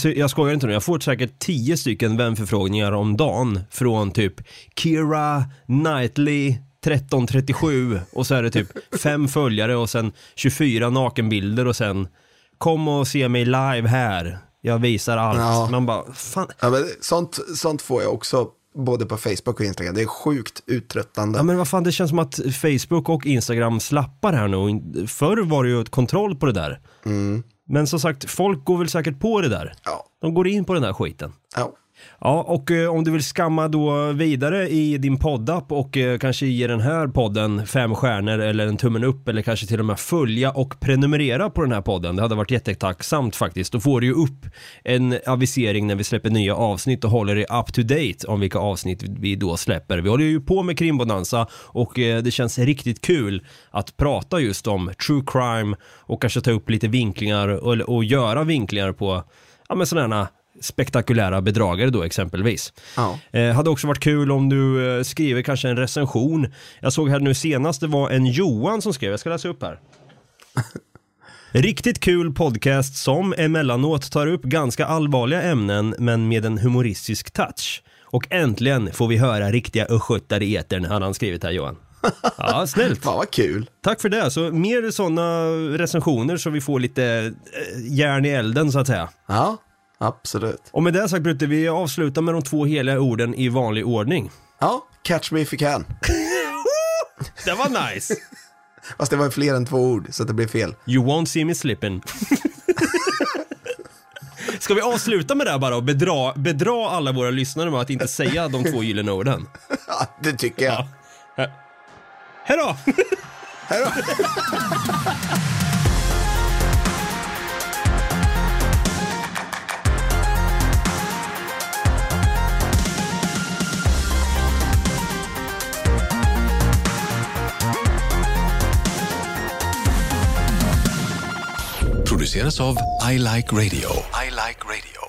ty- jag skojar inte nu, jag får säkert tio stycken vänförfrågningar om dagen från typ Keira Knightley tretton trettiosju och så är det typ fem följare och sen tjugofyra nakenbilder och sen kom och se mig live här. Jag visar allt. Ja. Man bara, fan. Ja, men sånt, sånt får jag också både på Facebook och Instagram. Det är sjukt uttröttande. Ja, men vad fan, det känns som att Facebook och Instagram slappar här nu. Förr var det ju ett kontroll på det där. Mm. Men som sagt, folk går väl säkert på det där. Ja. De går in på den där skiten. Ja. Ja, och eh, om du vill skamma då vidare i din poddapp och eh, kanske ge den här podden fem stjärnor eller en tummen upp eller kanske till och med följa och prenumerera på den här podden. Det hade varit jättetacksamt faktiskt. Då får du ju upp en avisering när vi släpper nya avsnitt och håller dig up to date om vilka avsnitt vi då släpper. Vi håller ju på med Krimbonanza och eh, det känns riktigt kul att prata just om true crime och kanske ta upp lite vinklingar och, och göra vinklingar på ja, men sådana spektakulära bedragare då exempelvis. Ja. Eh, hade också varit kul om du eh, skriver kanske en recension. Jag såg här nu senast, det var en Johan som skrev, jag ska läsa upp här. Riktigt kul podcast som emellanåt tar upp ganska allvarliga ämnen men med en humoristisk touch. Och äntligen får vi höra riktiga östgötar i etern, hade han skrivit här, Johan. Ja, snällt. Fan vad kul. Tack för det. Så mer sådana recensioner så vi får lite eh, järn i elden så att säga. Ja, absolut. Och med det sagt, Brutte, vi avslutar med de två heliga orden i vanlig ordning. Ja, catch me if you can. Det var nice. Fast det var fler än två ord så att det blev fel. You won't see me slipping. Ska vi avsluta med det här bara och bedra, bedra alla våra lyssnare med att inte säga de två gyllene orden? Ja, det tycker jag. Ja. Hej då! Hej då! Produceras av I Like Radio. I Like Radio.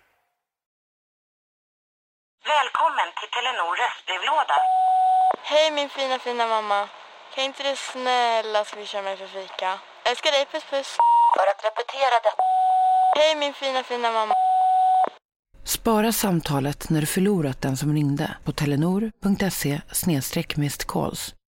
Välkommen till Telenor röstbrevlåda. Hej min fina fina mamma. Kan inte du snälla swisha mig för fika? Älskar dig, puss puss. För att repetera det. Hej min fina fina mamma. Spara samtalet när du förlorat den som ringde på telenor punkt se slash missed calls.